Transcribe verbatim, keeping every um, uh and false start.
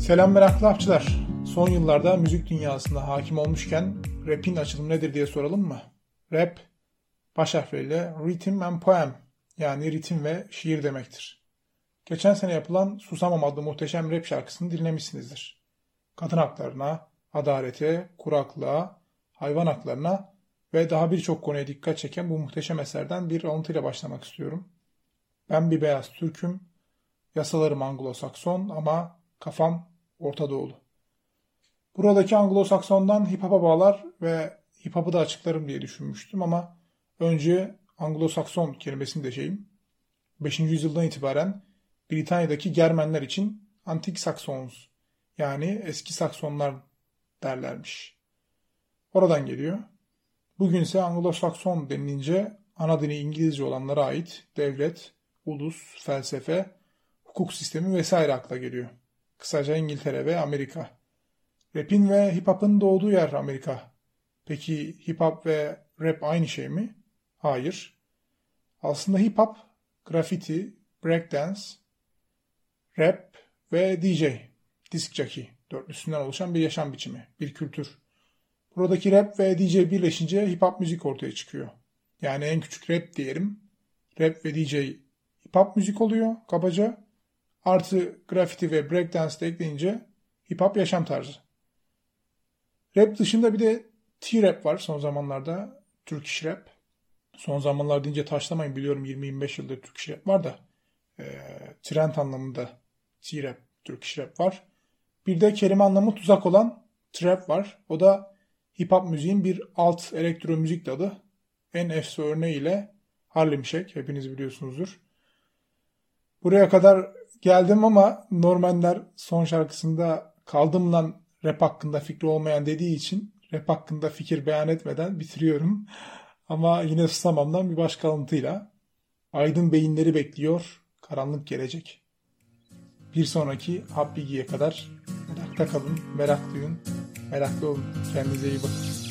Selam meraklı hapçılar. Son yıllarda müzik dünyasında hakim olmuşken rap'in açılımı nedir diye soralım mı? Rap, baş harfleriyle Rhythm and Poem yani ritim ve şiir demektir. Geçen sene yapılan Susamam adlı muhteşem rap şarkısını dinlemişsinizdir. Kadın haklarına, adalete, kuraklığa, hayvan haklarına ve daha birçok konuya dikkat çeken bu muhteşem eserden bir alıntıyla başlamak istiyorum. Ben bir beyaz Türk'üm, yasalarım Anglo-Sakson ama kafam Orta Doğulu. Buradaki Anglo-Sakson'dan hip-hop'a bağlar ve hip-hop'u da açıklarım diye düşünmüştüm ama önce Anglo-Sakson kelimesini de şeyim. beşinci yüzyıldan itibaren Britanya'daki Germenler için Antik Saksons yani eski Saksonlar derlermiş. Oradan geliyor. Bugünse Anglo-Sakson denilince ana dili İngilizce olanlara ait devlet, ulus, felsefe, hukuk sistemi vesaire akla geliyor. Kısaca İngiltere ve Amerika. Rap'in ve hip-hop'ın doğduğu yer Amerika. Peki hip-hop ve rap aynı şey mi? Hayır. Aslında hip-hop, graffiti, breakdance, rap ve D J, disk jockey dörtlüsünden oluşan bir yaşam biçimi, bir kültür. Buradaki rap ve D J birleşince hip-hop müzik ortaya çıkıyor. Yani en küçük rap diyelim. Rap ve D J hip-hop müzik oluyor kabaca. Artı graffiti ve breakdance de ekleyince hip-hop yaşam tarzı. Rap dışında bir de T-rap var son zamanlarda. Turkish rap. Son zamanlar deyince taşlamayın, biliyorum yirmi yirmi beş yıldır Turkish rap var da e, trend anlamında T-rap, Turkish rap var. Bir de kelime anlamı tuzak olan trap var. O da hip-hop müziğin bir alt elektro müzik dalı. En efsane örneğiyle Harlem Shake, hepiniz biliyorsunuzdur. Buraya kadar geldim ama Normanler son şarkısında kaldım lan rap hakkında fikri olmayan dediği için rap hakkında fikir beyan etmeden bitiriyorum. Ama yine susamamdan bir başka alıntıyla. Aydın beyinleri bekliyor, karanlık gelecek. Bir sonraki Hap Bilgi'ye kadar merakta kalın, merak duyun, meraklı olun. Kendinize iyi bakın.